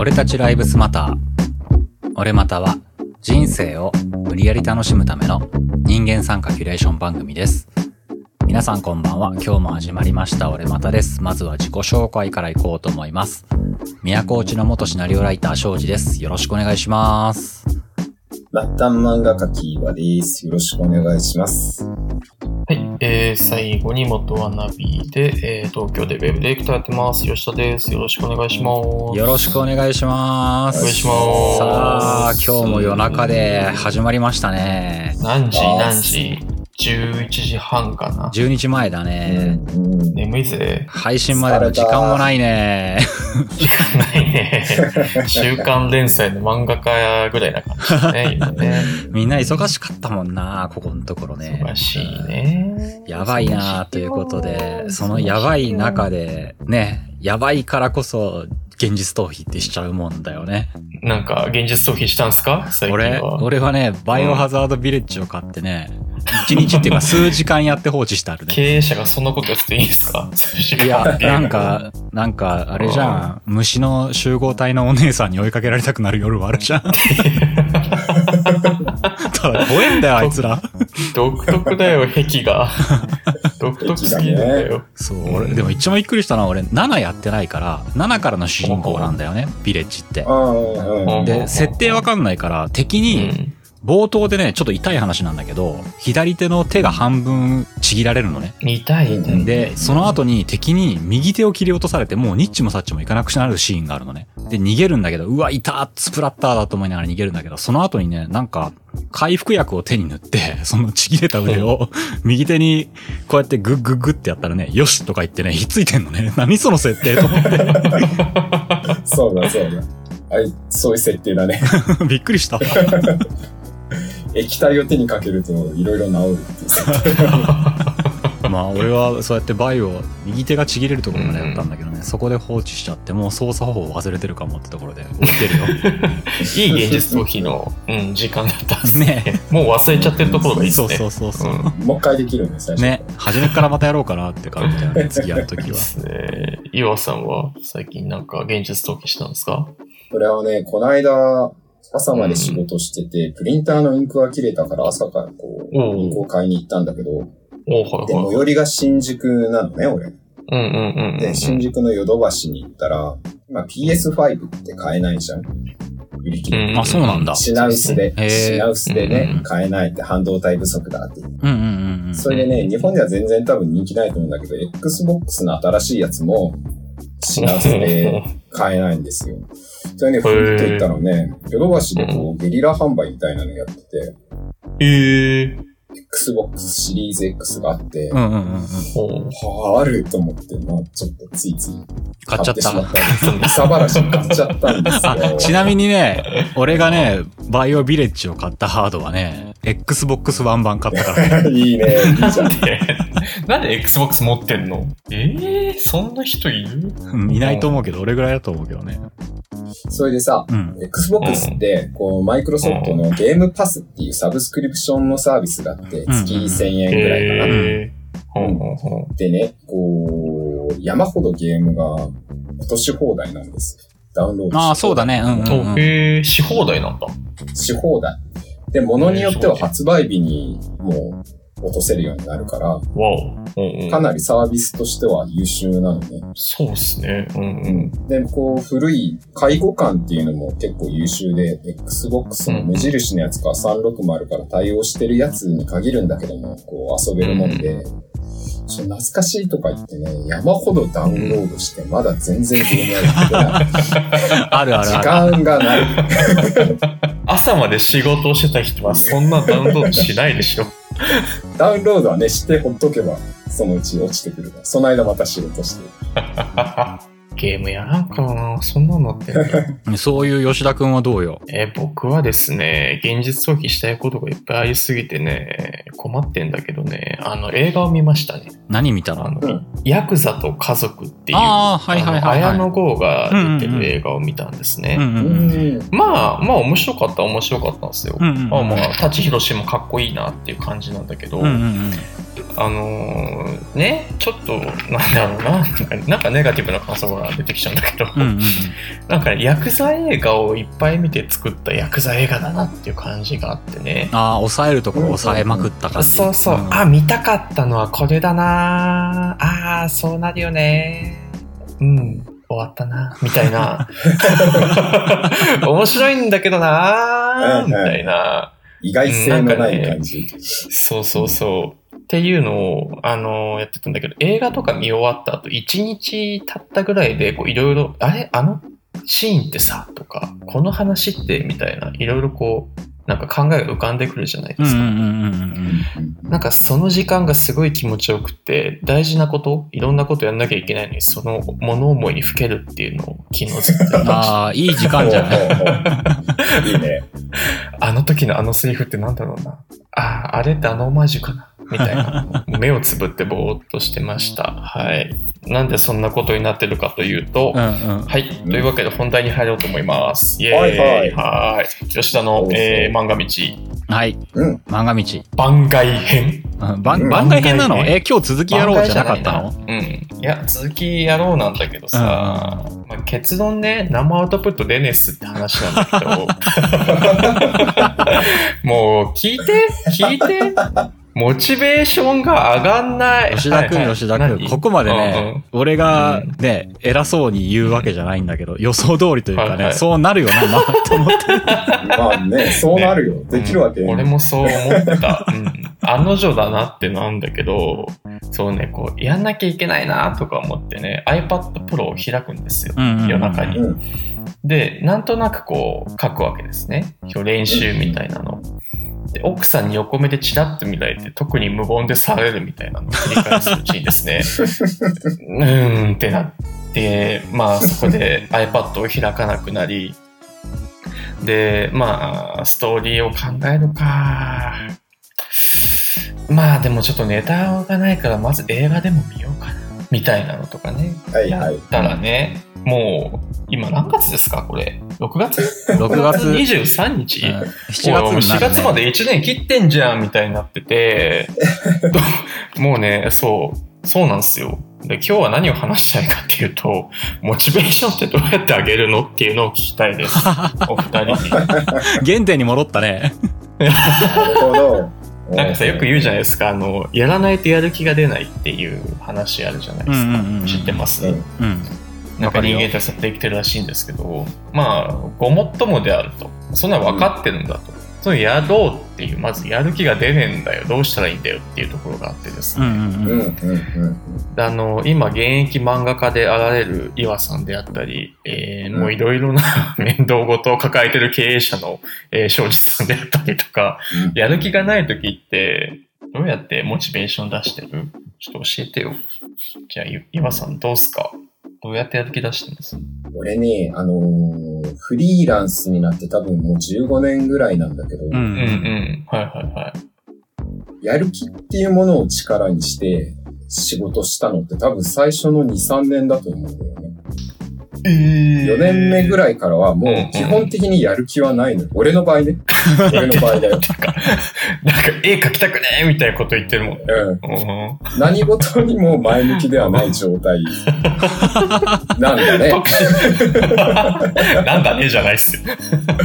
俺たちライブスマター。俺または人生を無理やり楽しむための人間参加キュレーション番組です。皆さんこんばんは。今日も始まりました俺またです。まずは自己紹介からいこうと思います。都落ちの元シナリオライター庄司です。よろしくお願いします。 末端漫画家キーワです。よろしくお願いします。 はい、最後に元はナビで、東京でウェブディレクターやってます。吉田です。よろしくお願いします。 よろしくお願いします。 お願いします。 さあ、今日も夜中で始まりましたね。 何時 ?11 時半かな。 12時前だね。 眠いぜ。 配信までの時間もないね。 時間ないね。週刊連載の漫画家ぐらいな感じだね、今ね。 みんな忙しかったもんな、ここのところね。 忙しいね。 やばいなということで、そのやばい中で、ね、やばいからこそ、現実逃避ってしちゃうもんだよね。 なんか、現実逃避したんすか最近は。 俺はね、バイオハザードビレッジを買ってね、1日っていうか数時間やって放置してあるね。 経営者がそんなことやっていいんですか？ いや、なんか、あれじゃん。虫の集合体のお姉さんに追いかけられたくなる夜はあるじゃん。ただ、怖えんだよ、あいつら。 独特だよ、癖が。独特すぎるんだよ。 そう、俺、でも一番びっくりしたのは俺、7やってないから、7からの主人公なんだよね、ビレッジって。で、設定わかんないから、敵に、冒頭でね、ちょっと痛い話なんだけど、左手の手が半分ちぎられるのね。 痛いね。 で、その後に敵に右手を切り落とされて、もうニッチもサッチもいかなくなるシーンがあるのね。で、逃げるんだけど、うわ、痛っスプラッターだと思いながら逃げるんだけど、その後にね、なんか、回復薬を手に塗って、そのちぎれた腕を右手にこうやってグッグッグッってやったらね、よしとか言ってね、ひっついてんのね。何その設定と思って。 そうだ。そういう設定だね。 びっくりした。 液体を手にかけるといろいろ治るっていう設定。 まあ俺はそうやってバイオ右手がちぎれるところまでやったんだけどね、そこで放置しちゃってもう操作方法忘れてるかもってところで置いてるよ。 いい現実逃避の、時間だったんですね。もう忘れちゃってるところがいいですね。 そう、 もう一回できるんですね。 初めからまたやろうかなって感じだよね、次やるときは。 岩さんは最近なんか現実逃避したんですか？ これはね、この間朝まで仕事してて、プリンターのインクが切れたから朝からこう、インクを買いに行ったんだけど、で、最寄りが新宿なのね、俺。で、新宿のヨドバシに行ったら、今 PS5 って買えないじゃん。売り切れ。 あ、そうなんだ。 品薄でね、買えないって半導体不足だって。それでね、日本では全然多分人気ないと思うんだけど、Xbox の新しいやつも品薄で買えないんですよ。それね、ふっと言ったのね、ヨドバシでこう、ゲリラ販売みたいなのやってて、Xbox シリーズ X があって、あると思って、まあちょっとついつい買っちゃった。 さばらし買っちゃったんですよ。 ちなみにね、俺がね、バイオビレッジを買ったハードはね、Xbox One 版買ったから。 いいね、いいじゃん。 なんで Xbox 持ってんの？そんな人いる？ いないと思うけど、俺ぐらいだと思うけどね。 それでさ、Xbox って、こう、マイクロソフトのゲームパスっていうサブスクリプションのサービスがあって、月1000円ぐらいかな。でね、こう、山ほどゲームが落とし放題なんです。ダウンロードし放題。 ああ、そうだね。 し放題なんだ。 し放題。で、物によっては発売日にもう、落とせるようになるから、かなりサービスとしては優秀なのね。 そうですね。 で、こう、古い介護官っていうのも結構優秀で、Xbox の無印のやつか360から対応してるやつに限るんだけども、こう遊べるもんで、懐かしいとか言ってね、山ほどダウンロードして、まだ全然ゲームやってない。 ある。 時間がない。 朝まで仕事をしてた人はそんなダウンロードしないでしょ。 ダウンロードはね、してほっとけば、そのうち落ちてくるから。その間また仕事して。 ゲームやらんかな、そんなのって。 そういう吉田くんはどうよ？ 僕はですね、現実逃避したいことがいっぱいありすぎてね、困ってんだけどね、映画を見ましたね。 何見たの？ ヤクザと家族っていう、綾野剛が出てる映画を見たんですね。まあ面白かったんですよ。舘ひろしもかっこいいなっていう感じなんだけど、ね、ちょっと、なんだろうな、なんかネガティブな感想が出てきちゃうんだけど、なんかヤクザ映画をいっぱい見て作ったヤクザ映画だなっていう感じがあってね。 抑えるところ抑えまくった感じ。 そうそう。見たかったのはこれだな。そうなるよね。終わったな。みたいな。面白いんだけどな。みたいな。 意外性のない感じ。 そうそうそう。っていうのを、やってたんだけど、映画とか見終わった後、1日経ったぐらいで、こう、いろいろ、あのシーンってさ、とか、この話って、みたいな、いろいろこう、なんか考えが浮かんでくるじゃないですか。なんかその時間がすごい気持ちよくて、大事なこと、いろんなことやんなきゃいけないのに、その物思いにふけるっていうのを昨日ずっとやりました。 いい時間じゃないいいね。 あの時のあのセリフってなんだろうな。あれってオマージュかなみたいな。目をつぶってぼーっとしてました。はい。なんでそんなことになってるかというと、はい。というわけで本題に入ろうと思います。イェーイ。はい。吉田の、漫画道。 はい。漫画道。 番外編。 番外編なの？今日続きやろうじゃなかったの？ いや、続きやろうなんだけどさ、結論ね、生アウトプット出ねえっすって話なんだけど、もう聞いてモチベーションが上がんない。 吉田くん、ここまでね、俺がね、偉そうに言うわけじゃないんだけど、予想通りというかね、そうなるよな、と思って。 まあね、そうなるよ。できるわけ。 俺もそう思った。案の定だなってなんだけど、そうね、こう、やんなきゃいけないなとか思ってね、iPad Pro を開くんですよ。夜中に。で、なんとなくこう、書くわけですね。今日練習みたいなの。で奥さんに横目でチラッと見られて特に無言でされるみたいなのを繰り返すうちにですねってなってそこで iPad を開かなくなりでストーリーを考えるかでもちょっとネタがないからまず映画でも見ようかなみたいなのとかね、やったらねもう今何月ですかこれ6月 ?6 月 23日、 7月もう4月まで1年切ってんじゃんみたいになっててもうねそうなんですよ。で今日は何を話したいかっていうとモチベーションってどうやって上げるのっていうのを聞きたいですお二人に原点に戻ったねなるほど。 なんかさよく言うじゃないですかやらないとやる気が出ないっていう話あるじゃないですか、知ってます、なんか人間ってそうやって生きてるらしいんですけどごもっともであるとそんな分かってるんだと、それやろうっていうまずやる気が出ねえんだよどうしたらいいんだよっていうところがあってですね、今現役漫画家であられる岩さんであったり、もういろいろな面倒事を抱えてる経営者の庄司さんであったりとか、やる気がない時ってどうやってモチベーション出してる？ちょっと教えてよ。じゃあ岩さんどうすか？どうやってやる気出してます？ 俺ね、フリーランスになって多分もう15年ぐらいなんだけど、やる気っていうものを力にして仕事したのって多分最初の2、3年だと思うんだよね。4年目ぐらいからはもう基本的にやる気はないの。俺の場合ね。俺の場合だよ。なんか絵描きたくねーみたいなこと言ってるもんね。 何事にも前向きではない状態なんだね。 なんだねじゃないっすよ。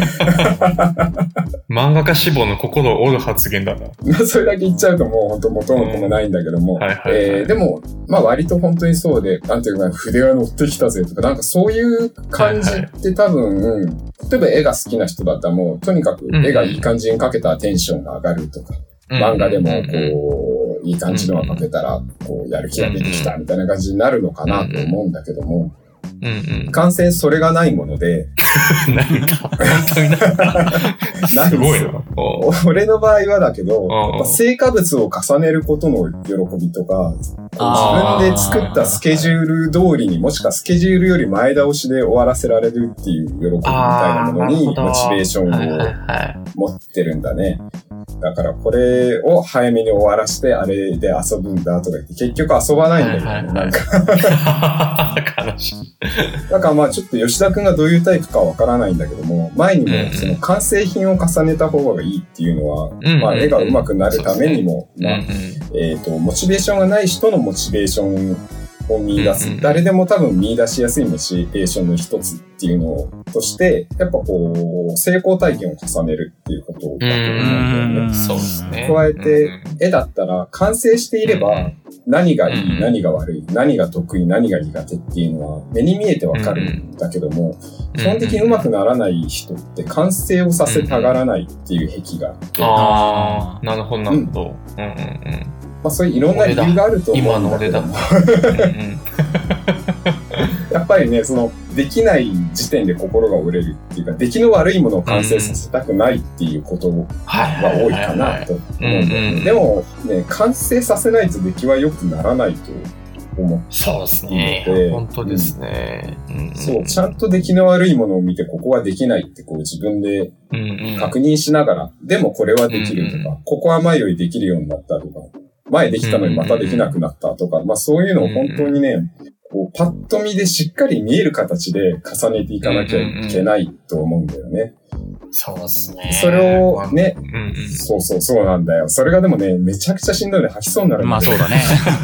漫画家志望の心を折る発言だな。 それだけ言っちゃうともう本当元も子もないんだけども。でも、割と本当にそうで、なんていうか筆が乗ってきたぜとか、なんかそういう感じって多分、例えば絵が好きな人だったらもうとにかく絵がいい感じに描けたらテンションが上がるとか、漫画でもこういい感じのが描けたらこうやる気が出てきたみたいな感じになるのかなと思うんだけども、完全それがないものでなんか本当になんすごいな。 俺の場合はだけど成果物を重ねることの喜びとか自分で作ったスケジュール通りにもしくはスケジュールより前倒しで終わらせられるっていう喜びみたいなものにモチベーションを持ってるんだね。だからこれを早めに終わらしてあれで遊ぶんだとか言って結局遊ばないんだよね。なんか悲しい。 だからちょっと吉田くんがどういうタイプかわからないんだけども、前にもその完成品を重ねた方がいいっていうのは、絵が上手くなるためにも、モチベーションがない人のモチベーションを見出す。誰でも多分見出しやすいモチベーションの一つっていうのとして、やっぱこう、成功体験を重ねるっていうことだと思うんだよね。 そうですね。 加えて、絵だったら完成していれば、何がいい、何が悪い、何が得意、何が苦手っていうのは目に見えてわかるんだけども、基本的に上手くならない人って完成をさせたがらないっていう癖があって。 ああ、なるほど、なるほど。 まあそういういろんな理由があると思うんだけども。やっぱりね、その、できない時点で心が折れるっていうか、出来の悪いものを完成させたくないっていうことが多いかなと思うんだよね。でもね、完成させないと出来は良くならないと思って。 そうですね。本当ですね。 そう、ちゃんと出来の悪いものを見て、ここはできないってこう自分で確認しながら、でもこれはできるとか、ここは前よりできるようになったとか、前できたのにまたできなくなったとか、まあそういうのを本当にね、こうパッと見でしっかり見える形で重ねていかなきゃいけないと思うんだよね。 そうですね。 それをね、そうなんだよ。それがでもね、めちゃくちゃしんどいので吐きそうになるんだよ。 まあそうだね。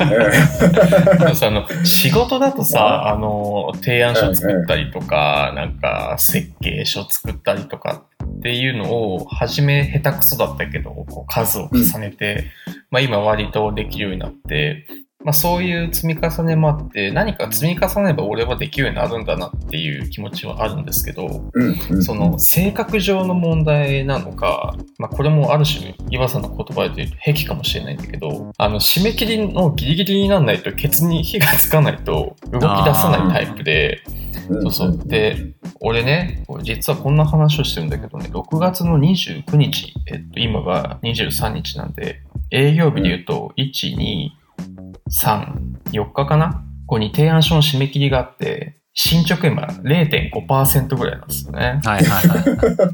仕事だとさ、提案書作ったりとか、なんか設計書作ったりとかっていうのを、初め下手くそだったけど、こう数を重ねて、まあ今割とできるようになって、まあそういう積み重ねもあって、何か積み重ねれば俺はできるようになるんだなっていう気持ちはあるんですけど、その性格上の問題なのか、まあこれもある種、岩さんの言葉で言うと癖かもしれないんだけど、締め切りのギリギリにならないとケツに火がつかないと動き出さないタイプで、で、俺ね、実はこんな話をしてるんだけどね、6月の29日、今が23日なんで、営業日で言うと、1、2、3、4日かな？ここに提案書の締め切りがあって、進捗今 0.5% ぐらいなんですよね。 はいはいはい。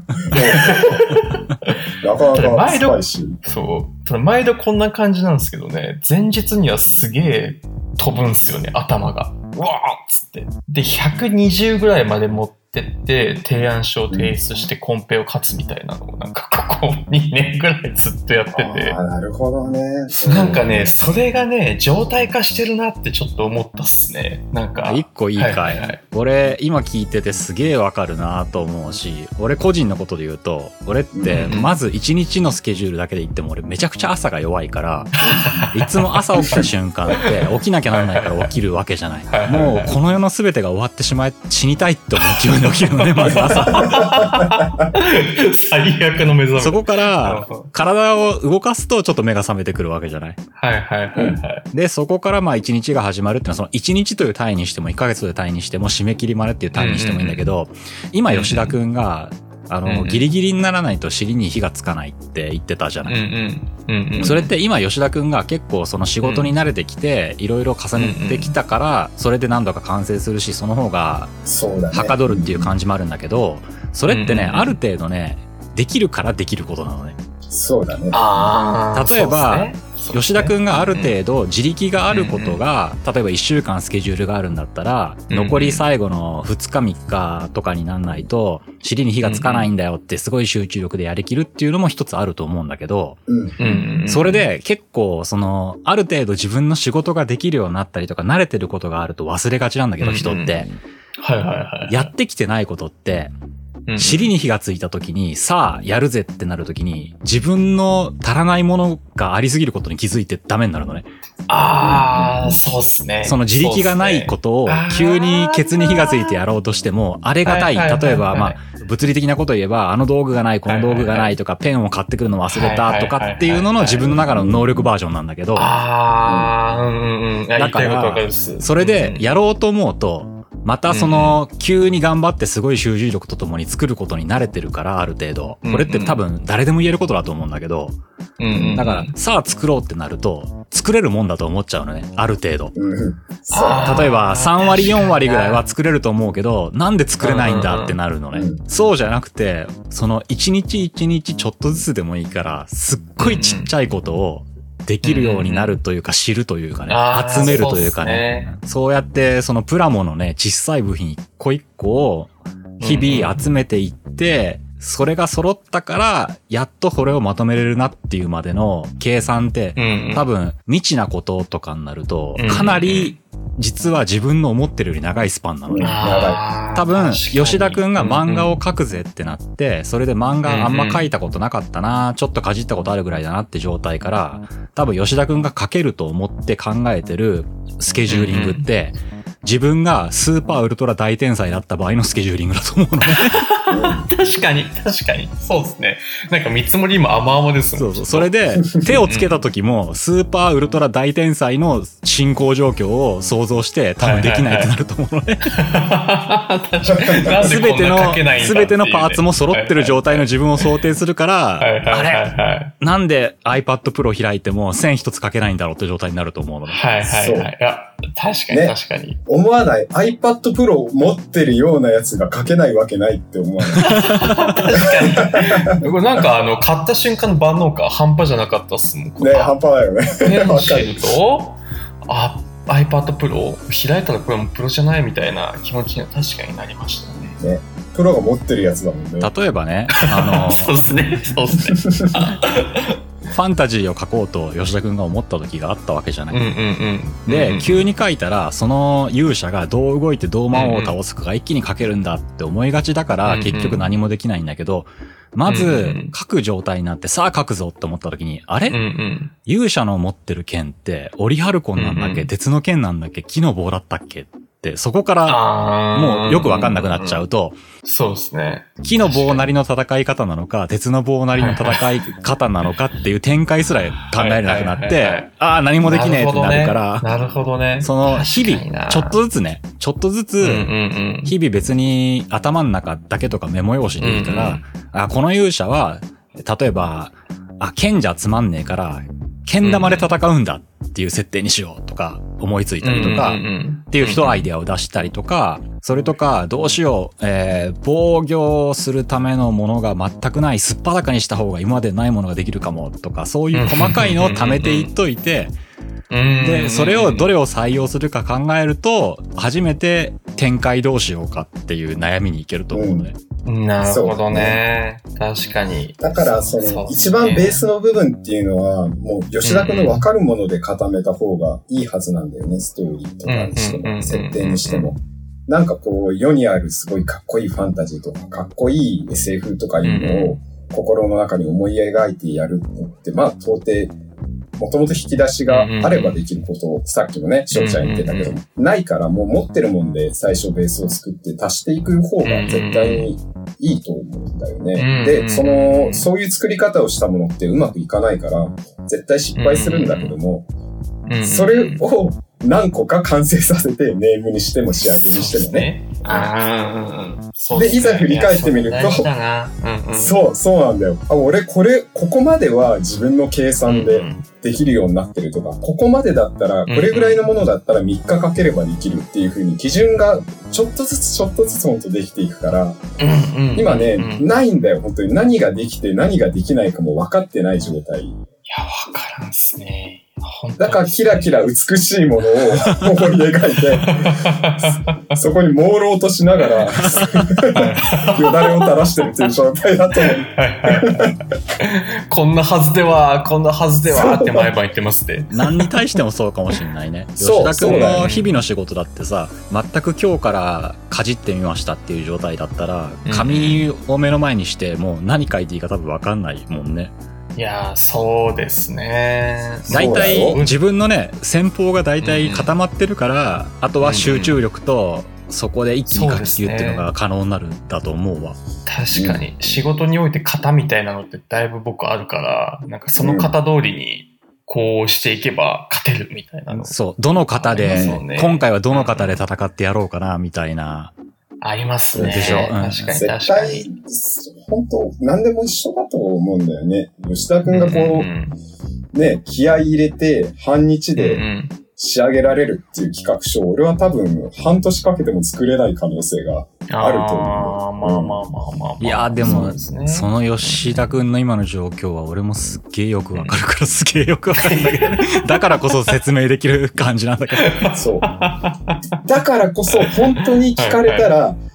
なかなかスパイシー。 そう。毎度こんな感じなんですけどね、前日にはすげえ飛ぶんすよね、頭が。うわーっつって。で、120ぐらいまで持ってって、提案書を提出してコンペを勝つみたいなのをなんかここ2年ぐらいずっとやってて。 なるほどね。 なんかね、それがね、常態化してるなってちょっと思ったっすね。なんか。 一個いいかい。俺、今聞いててすげえわかるなと思うし、俺個人のことで言うと、俺って、まず1日のスケジュールだけで言っても俺めちゃくちゃ朝が弱いから、いつも朝起きた瞬間って起きなきゃならないから起きるわけじゃない。もうこの世の全てが終わってしまい、死にたいって思う気分で起きるのね、まず朝。 最悪の目覚め。 そこから、体を動かすとちょっと目が覚めてくるわけじゃない。で、そこからまあ1日が始まるってのは、その1日という単位にしても1ヶ月という単位にしても締め切りまでっていう単位にしてもいいんだけど、今吉田くんが、ギリギリにならないと尻に火がつかないって言ってたじゃない。それって今吉田くんが結構その仕事に慣れてきて、いろいろ重ねてきたから、それで何度か完成するし、その方が、はかどるっていう感じもあるんだけど、それってね、ある程度ね、できるからできることなのね。 そうだね。 例えば、吉田くんがある程度自力があることが、例えば1週間スケジュールがあるんだったら、残り最後の2日3日とかになんないと、尻に火がつかないんだよってすごい集中力でやりきるっていうのも一つあると思うんだけど、それで結構ある程度自分の仕事ができるようになったりとか慣れてることがあると忘れがちなんだけど、人って。やってきてないことって、尻に火がついた時に、さあ、やるぜってなる時に、自分の足らないものがありすぎることに気づいてダメになるのね。 そうっすね。 その自力がないことを、急にケツに火がついてやろうとしても、あれがたい。例えば、まあ、物理的なことを言えば、あの道具がない、この道具がないとか、ペンを買ってくるの忘れたとかっていうのの自分の中の能力バージョンなんだけど。だから、それでやろうと思うと、また急に頑張ってすごい集中力とともに作ることに慣れてるから、ある程度。これって多分誰でも言えることだと思うんだけど。だから、さあ作ろうってなると、作れるもんだと思っちゃうのね。ある程度。例えば、3割4割ぐらいは作れると思うけど、なんで作れないんだってなるのね。そうじゃなくて、一日一日ちょっとずつでもいいから、すっごいちっちゃいことを、できるようになるというか、知るというかね、集めるというかね。そうやって、プラモのね、小さい部品一個一個を日々集めていって、それが揃ったから、やっとこれをまとめれるなっていうまでの計算って、多分未知なこととかになると、かなり実は自分の思ってるより長いスパンなのね。多分、吉田くんが漫画を描くぜってなって、それで漫画あんま描いたことなかったな、ちょっとかじったことあるぐらいだなって状態から、多分吉田くんが描けると思って考えてるスケジューリングって、自分がスーパーウルトラ大天才だった場合のスケジューリングだと思うのね。 確かに。そうですね。なんか見積もり今甘々ですもん。 そう。それで、手をつけた時も、スーパーウルトラ大天才の進行状況を想像して、多分できないってなると思うのね。すべてのパーツも揃ってる状態の自分を想定すかすら、 あれなんで iPad Pro 開いても線一つ書けないんだろうって状態になると思うのね。 はい。いや、確かに。 思わない。iPad Pro を持ってるようなやつが書けないわけないって思わない。 確かに。これなんか買った瞬間の万能感半端じゃなかったっすもん。 ね、半端ないよね。 ペンシルと、iPad Pro 開いたらこれもプロじゃないみたいな気持ちには確かになりましたね。 ね。プロが持ってるやつだもんね。 例えばね、 そうですね。 ファンタジーを書こうと吉田くんが思った時があったわけじゃない。で、急に書いたら、その勇者がどう動いてどう魔王を倒すかが一気に書けるんだって思いがちだから、結局何もできないんだけど、まず、書く状態になって、さあ書くぞって思った時に、あれ、勇者の持ってる剣って、オリハルコンなんだっけ、鉄の剣なんだっけ、木の棒だったっけって、そこからもうよくわかんなくなっちゃうと、 そうですね。 木の棒なりの戦い方なのか、鉄の棒なりの戦い方なのかっていう展開すら考えれなくなって、何もできねえってなるから、 なるほどね。 その日々、ちょっとずつ、日々別に頭の中だけとかメモ用紙でいいから、この勇者は、例えば、剣じゃつまんねえから、剣玉で戦うんだっていう設定にしようとか思いついたりとか、っていう人アイデアを出したりとか、それとか、どうしよう、防御するためのものが全くない、すっぱだかにした方が今までないものができるかもとか、そういう細かいのを貯めていっといて、で、それをどれを採用するか考えると、初めて展開どうしようかっていう悩みにいけると思うのね。 なるほどね。確かに。 だから、一番ベースの部分っていうのは、もう、吉田くんの分かるもので固めた方がいいはずなんだよね、ストーリーとかにしても、設定にしても。なんかこう、世にあるすごいかっこいいファンタジーとか、かっこいい SF とかいうのを、心の中に思い描いてやるのって、まあ、到底、もともと引き出しがあればできることを、さっきもね、翔ちゃん言ってたけど、ないからもう持ってるもんで最初ベースを作って足していく方が絶対にいいと思うんだよね。で、そういう作り方をしたものってうまくいかないから、絶対失敗するんだけども、それを何個か完成させてネームにしても仕上げにしてもね。で、いざ振り返ってみると、そうなんだよ。俺ここまでは自分の計算でできるようになってるとか、ここまでだったら、これぐらいのものだったら3日かければできるっていう風に基準がちょっとずつ本当できていくから、今ね、ないんだよ、本当に。何ができて何ができないかも分かってない状態。 いや、分からんっすね。 だからキラキラ美しいものを思い描いて、そこに朦朧としながら、よだれを垂らしてるっていう状態だと思う。 こんなはずではって毎晩言ってますね。 何に対してもそうかもしれないね。吉田くんの日々の仕事だってさ、全く今日からかじってみましたっていう状態だったら、紙を目の前にしてもう何書いていいか多分分かんないもんね。 いや、そうですね。 大体自分のね、戦法が大体固まってるから、あとは集中力とそこで一気に書き切るっていうのが可能になるんだと思うわ。 確かに、仕事において型みたいなのってだいぶ僕あるから、なんかその型通りにこうしていけば勝てるみたいなの。 そう、どの型で、今回はどの型で戦ってやろうかなみたいな。 ありますね。 でしょ。 確かに絶対、本当何でも一緒だと思うんだよね。吉田くんがこう、ね、気合い入れて半日で仕上げられるっていう企画書、俺は多分半年かけても作れない可能性があると思う。いや、でも、その吉田くんの今の状況は俺もすっげえよくわかるからすげえよくわかるんだけどね。だからこそ説明できる感じなんだけど。 そう。だからこそ本当に聞かれたら、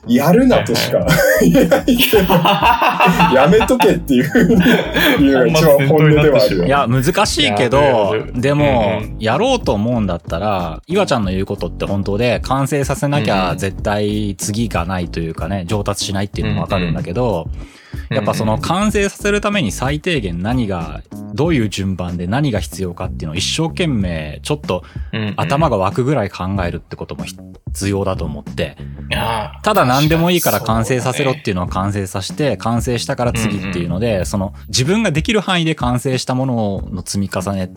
やるなとしか言えないけど、やめとけっていうふうに言うのが一番本音ではあるよ。 いや、難しいけど、でも、やろうと思うんだったら、岩ちゃんの言うことって本当で、完成させなきゃ絶対次がないというかね、上達しないっていうのもわかるんだけど、やっぱその完成させるために最低限何が、どういう順番で何が必要かっていうのを一生懸命ちょっと頭が湧くぐらい考えるってことも必要だと思って、ただ何でもいいから完成させろっていうのを完成させて、完成したから次っていうので、その自分ができる範囲で完成したものの積み重ねって、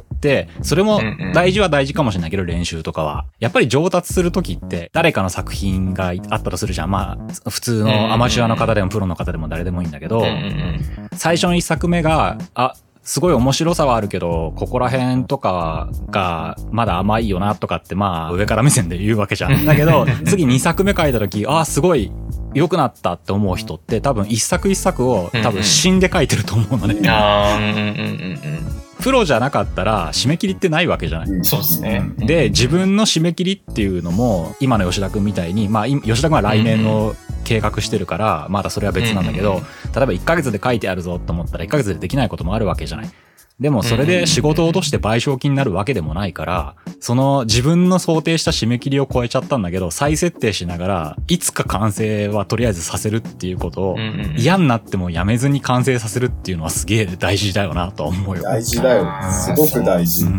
それも大事は大事かもしれないけど練習とかは。やっぱり上達するときって誰かの作品があったとするじゃん。まあ、普通のアマチュアの方でもプロの方でも誰でもいいんだけど、最初の一作目が、すごい面白さはあるけど、ここら辺とかがまだ甘いよなとかってまあ上から目線で言うわけじゃん。だけど、次2作目書いた時、すごい良くなったって思う人って多分一作一作を多分死んで書いてると思うのね。プロじゃなかったら締め切りってないわけじゃない。 そうですね。 で、自分の締め切りっていうのも、今の吉田くんみたいに、まあ、吉田くんは来年の計画してるから、まだそれは別なんだけど、例えば1ヶ月で書いてあるぞと思ったら1ヶ月でできないこともあるわけじゃない。でもそれで仕事を落として賠償金になるわけでもないから、その自分の想定した締め切りを超えちゃったんだけど、再設定しながら、いつか完成はとりあえずさせるっていうことを、嫌になってもやめずに完成させるっていうのはすげえ大事だよなと思うよ。 大事だよ。すごく大事。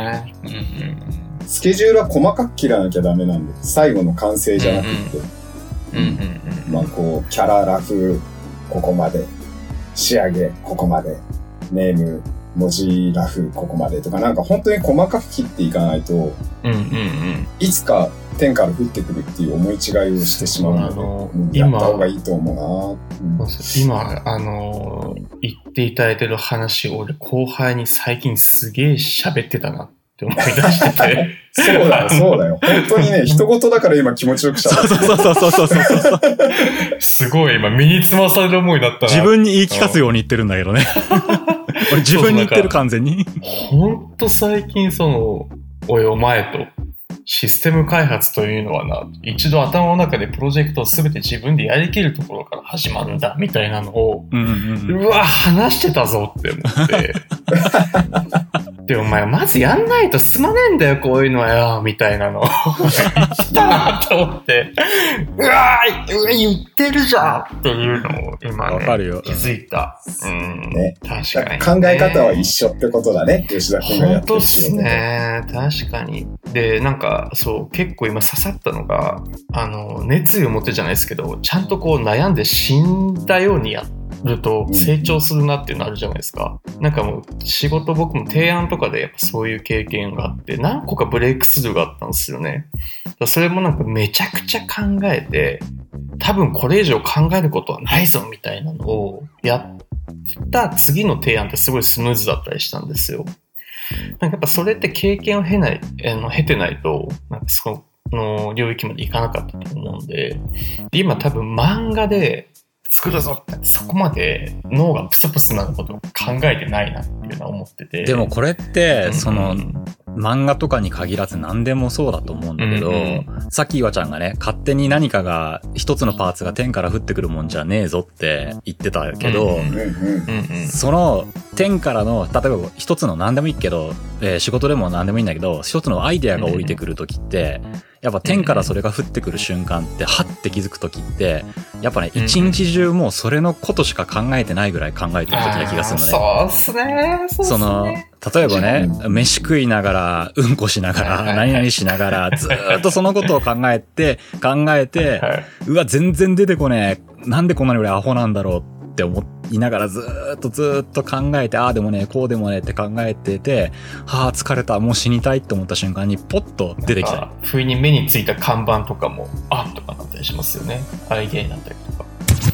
スケジュールは細かく切らなきゃダメなんで、最後の完成じゃなくて。まあこう、キャララフ、ここまで。仕上げ、ここまで。ネーム、文字ラフここまでとかなんか本当に細かく切っていかないと、いつか天から降ってくるっていう思い違いをしてしまうので、やった方がいいと思うな。 今、言っていただいてる話、俺後輩に最近すげえ喋ってたなって思い出してて。 そうだよ。本当にね、人事だから今気持ちよくしちゃった。 そう。 すごい今身につまされる思いになったな。 自分に言い聞かすように言ってるんだけどね。俺自分に言ってる完全に。 ほんと最近お前と、システム開発というのはな、一度頭の中でプロジェクトを全て自分でやりきるところから始まるんだ、みたいなのを、うわ、話してたぞって思って。で、お前、まずやんないと進まねえんだよ、こういうのはよ、みたいなのを言ったなと思って、うわー、言ってるじゃんっていうのを今ね、気づいた。 ね、 確かに、 考え方は一緒ってことだね、吉田君がやってる仕事。 本当っすね、確かに。で、なんか、結構今刺さったのが、熱意を持ってじゃないですけど、ちゃんとこう悩んで死んだようにやると成長するなっていうのあるじゃないですか。なんかもう仕事僕も提案とかでやっぱそういう経験があって何個かブレイクスルーがあったんですよね。それもなんかめちゃくちゃ考えて多分これ以上考えることはないぞみたいなのをやった次の提案ってすごいスムーズだったりしたんですよ。なんかやっぱそれって経験を経てないとなんかその領域までいかなかったと思うんで、今多分漫画で作るぞってそこまで脳がプスプスなことを考えてないなっていうのは思ってて。 でもこれって漫画とかに限らず何でもそうだと思うんだけど、さっき岩ちゃんがね、勝手に何かが一つのパーツが天から降ってくるもんじゃねえぞって言ってたけど、その天からの、例えば一つの何でもいいけど、仕事でも何でもいいんだけど、一つのアイデアが降りてくるときって、やっぱ天からそれが降ってくる瞬間って、はって気づくときって、やっぱね、一日中もうそれのことしか考えてないぐらい考えてるときな気がするのね。 そうっすね。 例えばね、飯食いながら、うんこしながら、何々しながら、ずーっとそのことを考えて、うわ、全然出てこねえ。なんでこんなに俺アホなんだろうって思いながらずーっと考えて、ああでもね、こうでもねって考えてて、はあ疲れた、もう死にたいって思った瞬間にポッと出てきた。 不意に目についた看板とかも、とかなったりしますよね。アイデアになったりとか。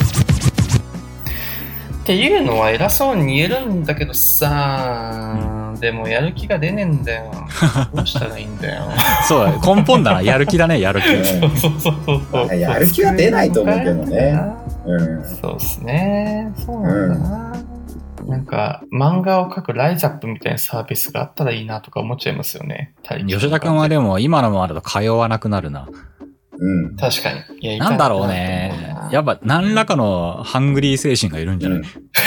っていうのは偉そうに言えるんだけどさ、でもやる気が出ねえんだよ。どうしたらいいんだよ。 そうだね、根本だな、やる気だね、やる気。 そう。 やる気は出ないと思うけどね。 そうっすね。そうなんだな。なんか漫画を描くライザップみたいなサービスがあったらいいなとか思っちゃいますよね。 吉田くんはでも今のままだと通わなくなるな。 うん。 確かに。 なんだろうね。やっぱ何らかのハングリー精神がいるんじゃない？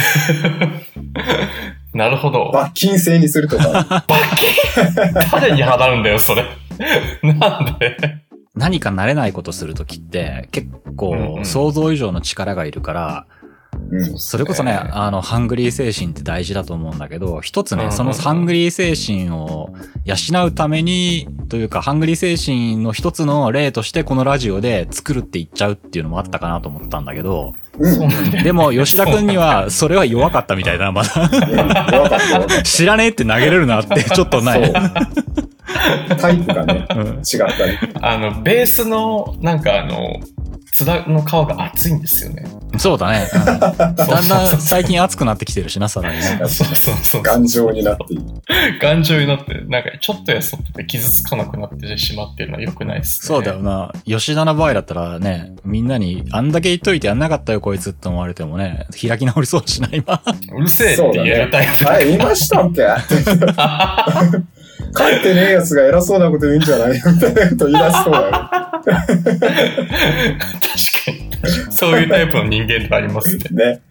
なるほど。 罰金制にするとか。 罰金誰に払うんだよ、それ。なんで？ 何か慣れないことするときって結構想像以上の力がいるから、それこそね、ハングリー精神って大事だと思うんだけど、一つね、そのハングリー精神を養うために、というか、ハングリー精神の一つの例としてこのラジオで作るって言っちゃうっていうのもあったかなと思ったんだけど、でも吉田くんにはそれは弱かったみたいだな、まだ。知らねえって投げれるなってちょっとない。 タイプがね、違ったり。 ベースの、津田の皮が厚いんですよね。 そうだね。だんだん最近熱くなってきてるしな、さらにね。 そう。頑丈になっている。 頑丈になって、ちょっとやそっとで傷つかなくなってしまってるのは良くないですね。 そうだよな。吉田の場合だったらね、みんなにあんだけ言っといてやんなかったよこいつって思われてもね、開き直りそうしないわ。 うるせえって言えるタイプ。 はい、言いましたっけ書いてねえやつが偉そうなこと言うんじゃないみたいなこと言い出しそうだよ。 確かに。そういうタイプの人間とありますね。 ね。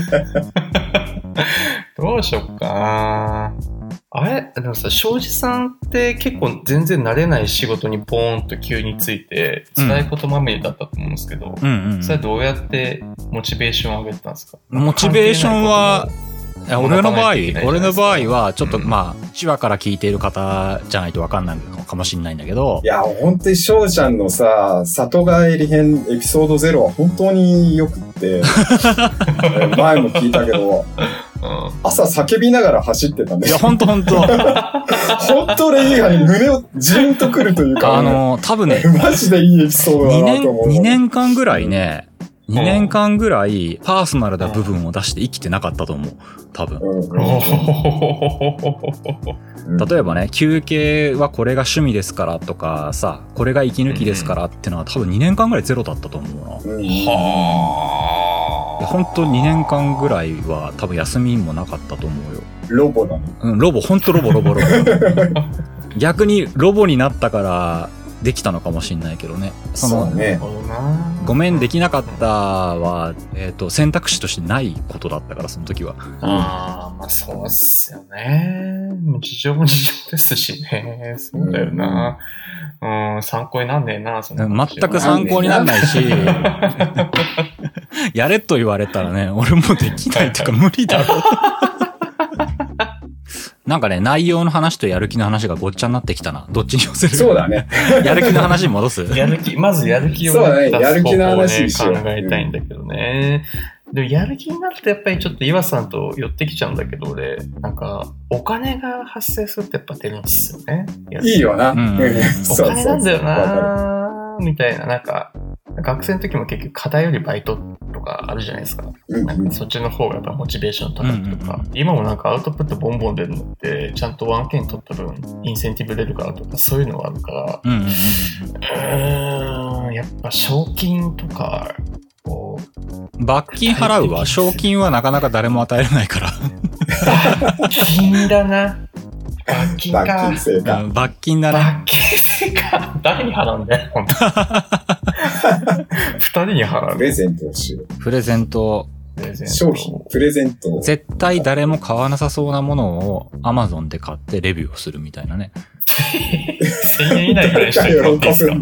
どうしよっかな。あれでもさ、庄司さんって結構全然慣れない仕事にポーンと急について、辛いことまみれだったと思うんですけど、それはどうやってモチベーションを上げてたんですか？ モチベーションは、俺の場合は、ちょっと1話から聞いている方じゃないと分かんないかもしれないんだけど。 いや、本当に翔ちゃんのさ、里帰り編エピソード0は本当によくって、前も聞いたけど、朝叫びながら走ってたね。 いや、本当本レイヤーに胸をジーンとくるというか、 多分ね、 マジでいいエピソードだなと思う。 2年間ぐらいね、2年間ぐらいパーソナルな部分を出して生きてなかったと思う。多分。例えばね、休憩はこれが趣味ですからとかさ、これが息抜きですからってのは多分2年間ぐらいゼロだったと思うな。本当2年間ぐらいは多分休みもなかったと思うよ。 ロボだね。 ロボ、本当ロボ。逆にロボになったからできたのかもしれないけどね。 そうね。 ごめんできなかったは、選択肢としてないことだったから、その時は。 まあそうっすよね。事情も事情ですしね。そうだよな。参考になんねえな、その全く参考になんないし、やれと言われたらね、俺もできないとか無理だろ。なんかね、内容の話とやる気の話がごっちゃになってきたな。どっちに寄せる？ そうだね。 やる気の話に戻す？ まずやる気をそうだね、やる気の話に考えたいんだけどね。でもやる気になるとやっぱりちょっと岩さんと寄ってきちゃうんだけど、俺、お金が発生するとやっぱ出るんですよね。 いいよな。お金なんだよなみたいな、学生の時も結局課題よりバイトとかあるじゃないですか。そっちの方がやっぱモチベーション高いとか、今もアウトプットボンボン出るのって、ちゃんとワン件取った分、インセンティブ出るからとか、そういうのがあるから、やっぱ賞金とか、 罰金払うわ。賞金はなかなか誰も与えれないから。 罰金だな。罰金か。 罰金だね。 罰金制か。誰に払うんだよ、本当。2人に払う。 プレゼントをしよう。 プレゼント。 商品、プレゼント。 絶対誰も買わなさそうなものを Amazon で買ってレビューをするみたいなね。 1000円以内ぐらいしてるんですか。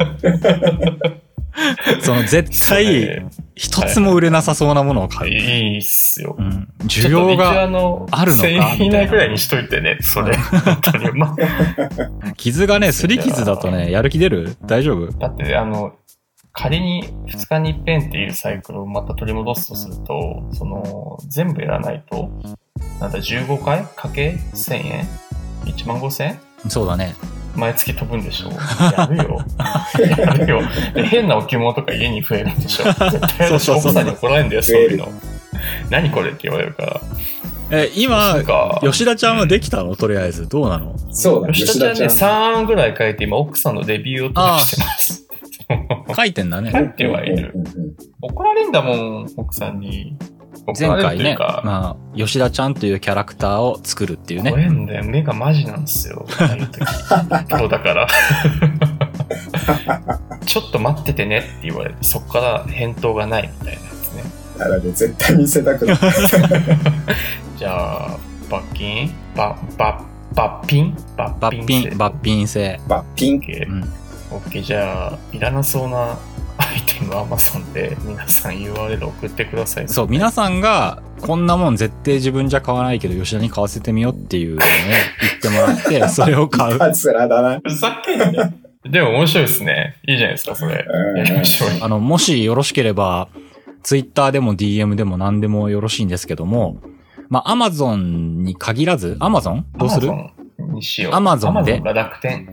絶対一つも売れなさそうなものを買う。 いいっすよ。 需要があるのか 1000円以内ぐらいにしといてね、それ。本当に傷がね、擦り傷だとね、やる気出る？大丈夫？ だって仮に2日に一遍っていうサイクルをまた取り戻すとすると、全部やらないと、15回かけ1000円 ?15000円？ そうだね。 毎月飛ぶんでしょ？やるよ。やるよ。変な置物とか家に増えるんでしょ？絶対奥さんに怒られるんだよ、そういうの。何これって言われるから。 今、吉田ちゃんはできたの？とりあえず。どうなの？ そうだ、 吉田ちゃんね、3案ぐらい書いて、今、奥さんのレビューを取してます。 書いてんだね。 書いてはいる。怒られんだもん、奥さんに。 前回ね、吉田ちゃんというキャラクターを作るっていうね。 怖いんだよ。目がマジなんですよ。今日だから。 ちょっと待っててねって言われて、そこから返答がないみたいなやつね。 だから絶対見せたくない。 じゃあ、罰金罰品制。 罰品。 OK、じゃあ、いらなそうなアイテム Amazon で皆さん URL 送ってください。 そう、皆さんがこんなもん絶対自分じゃ買わないけど吉田に買わせてみようっていうのをね、言ってもらって、それを買う。 あつらだな。 ふざけんね。でも面白いですね。いいじゃないですか、それ。やりましょう。 もしよろしければ、Twitter でも DM でも何でもよろしいんですけども、まあ、Amazon に限らず、Amazon？ どうする？ にしよう。 Amazon で。 楽天。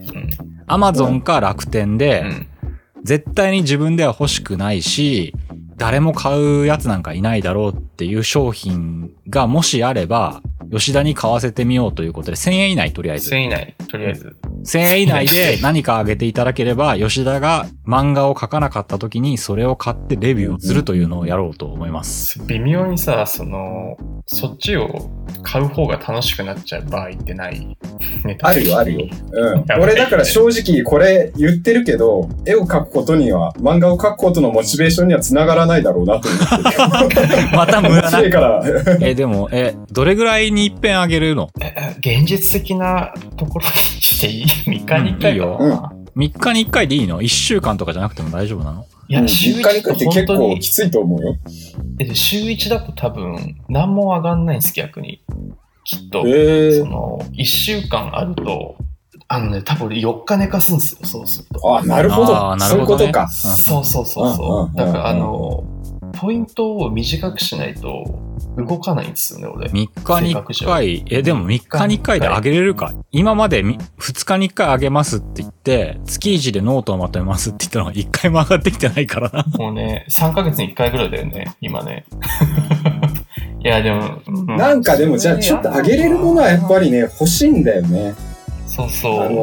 Amazon か楽天で、絶対に自分では欲しくないし、誰も買うやつなんかいないだろうっていう商品がもしあれば、吉田に買わせてみようということで、1000円以内とりあえず。 1000円以内、とりあえず。 1000円以内で何かあげていただければ、吉田が漫画を描かなかった時にそれを買ってレビューをするというのをやろうと思います。 微妙にさ、そっちを買う方が楽しくなっちゃう場合ってないネタ？ あるよ。俺だから正直これ言ってるけど、絵を描くことには、漫画を描くことのモチベーションには繋がらないだろうなと思ってる。 また無駄な。 から。 でも、どれぐらいに一遍あげるの？ 現実的なところにしていい？3日に1回かな。 3日に1回でいいの？ 1 週間とかじゃなくても大丈夫なの？ いや、 週1に1回って結構きついと思うよ。 週1だと多分、何も上がんないんです、逆に。きっと。1週間あると、多分4日寝かすんですよ、そうすると。 あ、なるほど。そういうことか。 そう。だから、ポイントを短くしないと動かないんですよね、俺。 3日に1回、でも3日に1回で上げれるか？今まで2日に1回上げますって言って、月1でノートをまとめますって言ったのが1回も上がってきてないからな。 もうね、3ヶ月に1回ぐらいだよね、今ね。いや、でも、 なんかでもじゃあちょっと上げれるものはやっぱりね、欲しいんだよね。 そう。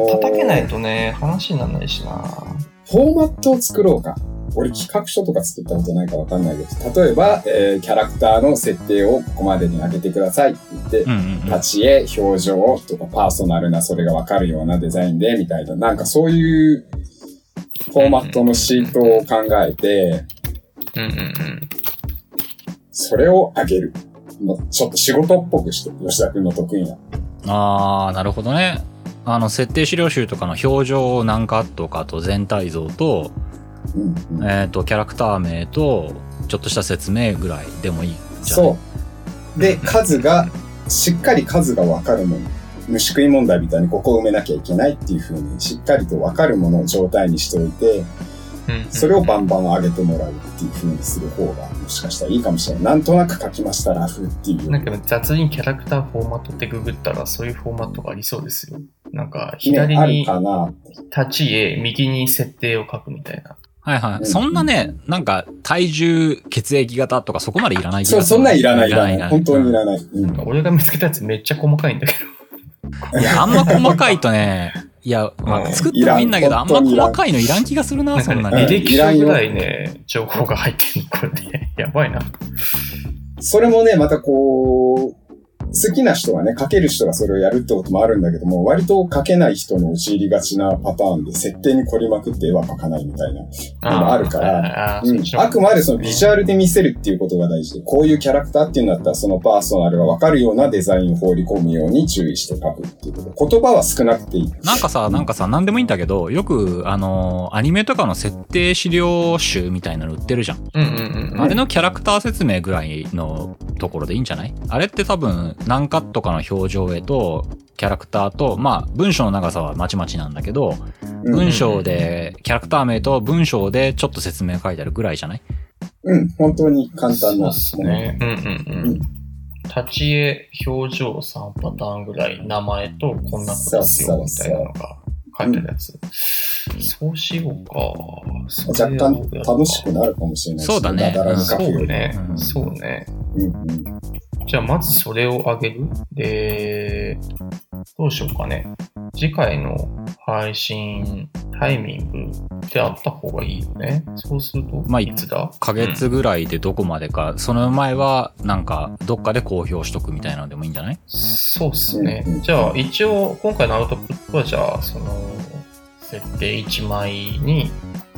叩けないとね、話にならないしな。 フォーマットを作ろうか。俺企画書とか作ったことないかわかんないけど、例えば、キャラクターの設定をここまでに上げてくださいって言って、立ち絵、表情とかパーソナルなそれがわかるようなデザインでみたいな、なんかそういうフォーマットのシートを考えて、それを上げる。ちょっと仕事っぽくして、吉田くんの得意な。 なるほどね。設定資料集とかの表情何カットかと全体像と、キャラクター名と、ちょっとした説明ぐらいでもいいじゃん。そう。 で、しっかり数がわかるもの。虫食い問題みたいにここを埋めなきゃいけないっていう風にしっかりとわかるものを状態にしておいて、それをバンバン上げてもらうっていう風にする方がもしかしたらいいかもしれない。なんとなく書きましたラフっていう。 なんか雑にキャラクターフォーマットってググったらそういうフォーマットがありそうですよ。なんか左に立ち絵、右に設定を書くみたいな。 はいはい。そんなね、なんか体重、血液型とかそこまでいらない気がする。 そんないらない。本当にいらない。 俺が見つけたやつめっちゃ細かいんだけど。 いや、あんま細かいとね、いや、作ってもいいんだけど、あんま細かいのいらん気がするな、そんなに。 履歴書ぐらいね、情報が入ってるの、これね。やばいな。 それもね、また好きな人がね、描ける人がそれをやるってこともあるんだけども、割と描けない人の陥りがちなパターンで、設定に凝りまくって絵は描かないみたいなのもあるから、あくまでそのビジュアルで見せるっていうことが大事で、こういうキャラクターっていうんだったら、そのパーソナルがわかるようなデザインを放り込むように注意して描くっていうこと。言葉は少なくていい。 なんかさ、なんでもいいんだけど、よく、アニメとかの設定資料集みたいなの売ってるじゃん。あれのキャラクター説明ぐらいのところでいいんじゃない？あれって多分、何カットかの表情絵と、キャラクターと、まあ、文章の長さはまちまちなんだけど、文章で、キャラクター名と文章でちょっと説明書いてあるぐらいじゃない？ 本当に簡単なんですね。立ち絵、表情3パターンぐらい、名前とこんなことですよ、みたいなのが書いてあるやつ。そうしようか。 若干楽しくなるかもしれないし。 そうだね。 そうね。じゃあまずそれを上げる。で、どうしようかね。次回の配信タイミングってあった方がいいよね。そうすると、いつだ？ 1ヶ月ぐらいでどこまでか、その前はなんかどっかで公表しとくみたいなのでもいいんじゃない？ そうっすね。じゃあ一応今回のアウトプットはじゃあその設定1枚に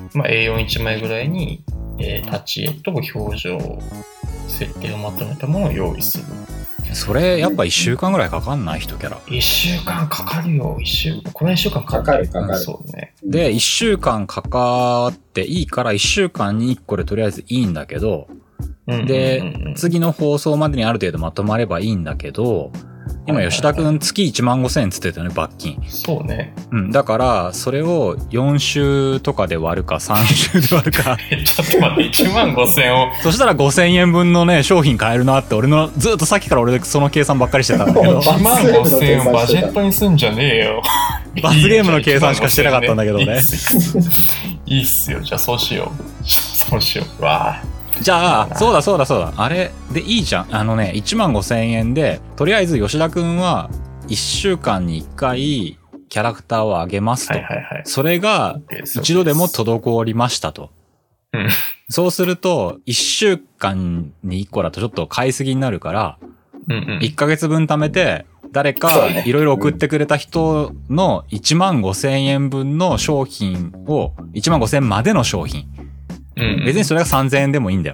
まあ、A41 枚ぐらいに、立ち絵と表情、設定をまとめたものを用意する。 それやっぱ1週間ぐらいかかんない？1キャラ。 1週間かかるよ。これ1週間かかる。 そうね。 で、1週間かかっていいから1週間に1個でとりあえずいいんだけど、で、次の放送までにある程度まとまればいいんだけど、今吉田くん月15,000円つってたよね、罰金。 そうね。 だから、それを4週とかで割るか、3週で割るか。 ちょっと待って、15,000円を。 そしたら5,000円分のね、商品買えるなって、ずっとさっきから俺その計算ばっかりしてたんだけど。 15,000円をバジェットにすんじゃねえよ。 罰ゲームの計算しかしてなかったんだけどね。 いいっすよ。じゃあそうしよう。わぁ。 じゃあ、そうだ。あれでいいじゃん。15,000円で、とりあえず吉田くんは1週間に1回キャラクターを上げますと。それが一度でも滞りましたと。そうすると、1週間に1個だとちょっと買いすぎになるから、1ヶ月分貯めて、誰かいろいろ送ってくれた人の15,000円分の商品を、15,000円までの商品。別にそれが3,000円でもいいんだよ。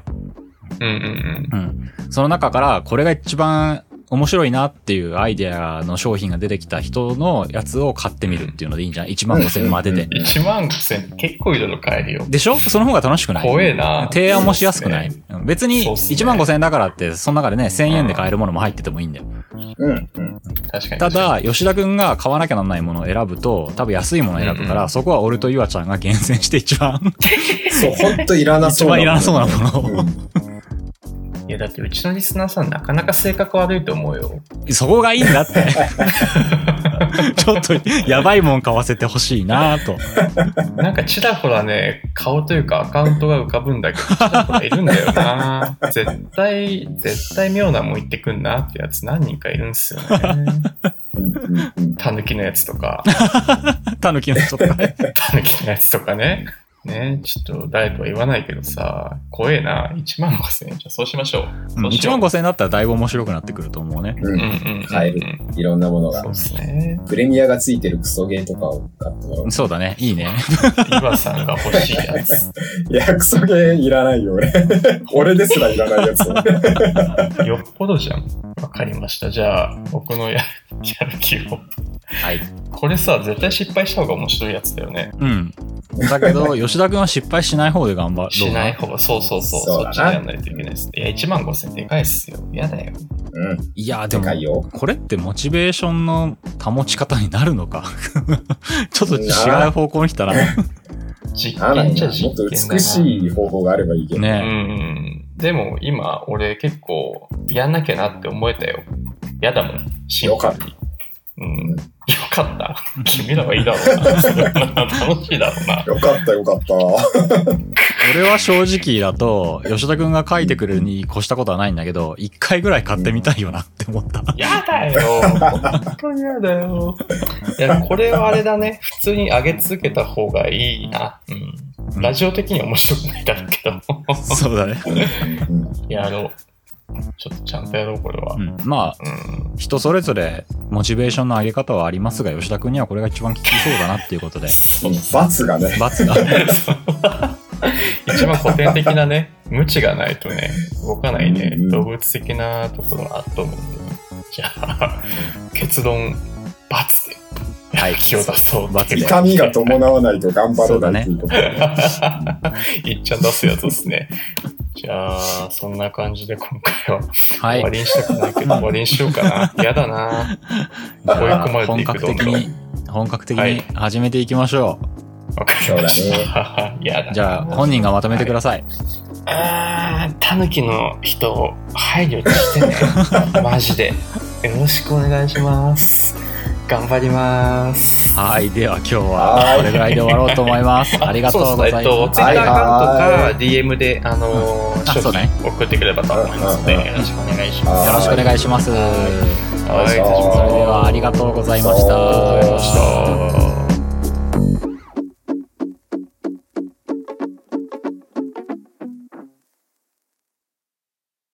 その中からこれが一番面白いなっていうアイデアの商品が出てきた人のやつを買ってみるっていうのでいいんじゃない？ 15,000円までで。 15,000円結構いろいろ買えるよ。 でしょ？その方が楽しくない？ 怖えな。 提案もしやすくない？別に15,000円だからって、その中でね、1,000円で買えるものも入っててもいいんだよ。 確かに。 ただ、吉田くんが買わなきゃならないものを選ぶと、多分安いものを選ぶから、そこは俺とゆあちゃんが厳選して一番そう、ほんといらなそうな。 一番いらなそうなものを。 いや、だってうちのリスナーさんなかなか性格悪いと思うよ。 そこがいいんだって。ちょっとやばいもん買わせてほしいなと。 なんかちらほらね、顔というかアカウントが浮かぶんだけど、ちらほらいるんだよな。絶対妙なもん言ってくんなってやつ何人かいるんすよね。タヌキのやつとか。 タヌキのやつとかね。 タヌキのやつとかね。ね、ちょっと誰とは言わないけどさ、怖えな。15,000円。じゃあそうしましょう。 15,000円だったらだいぶ面白くなってくると思うね。 買える。いろんなものが。 そうですね。 プレミアがついてるクソゲーとかを買ってもらう。 そうだね。いいね。 岩さんが欲しいやつ。 いや、クソゲーいらないよ、俺。俺ですらいらないやつ。 よっぽどじゃん。わかりました。じゃあ、僕のやる気を。 はい。 これさ、絶対失敗した方が面白いやつだよね。 だけど、吉田くんは失敗しない方で頑張る。 しない方が、そう。そっちでやんないといけないです。いや、15,000円でかいっすよ。嫌だよ。 いや、でも、これってモチベーションの保ち方になるのか。ちょっと違う方向に来たら。 実験じゃ実験だな。 もっと美しい方法があればいいけどね。 でも今、俺結構やんなきゃなって思えたよ。嫌だもん。 よかった。 よかった。君らはいいだろうな。楽しいだろうな。 よかった。 俺は正直だと、吉田くんが書いてくれるに越したことはないんだけど、1回ぐらい買ってみたいよなって思った。 やだよ。本当にやだよ。いや、これはあれだね。普通に上げ続けた方がいいな。ラジオ的には面白くないだろうけど。 そうだね。 やろう。ちょっとちゃんとやろう、これは。 人それぞれモチベーションの上げ方はありますが、吉田くんにはこれが一番効きそうだなっていうことで。 罰がね。 一番古典的なね、無知がないとね、動かないね、動物的なところがあると思うんで。じゃあ、結論、罰で。はい、気を出そう。 痛みが伴わないと頑張れないっていうことで。 いっちゃん出すやつですね。じゃあ、そんな感じで今回は終わりにしたくないけど、終わりにしようかな。嫌だな。追い込まれていくどんどん。 本格的に始めていきましょう。わかりました。嫌だ。 じゃあ、本人がまとめてください。 タヌキの人を配慮してね。マジで。よろしくお願いします。頑張ります。 はい。では今日はこれぐらいで終わろうと思います。ありがとうございます。 ツイッターアカウントか DM で、商品送ってくれればと思いますので、よろしくお願いします。 よろしくお願いします。 はい。 それではありがとうございました。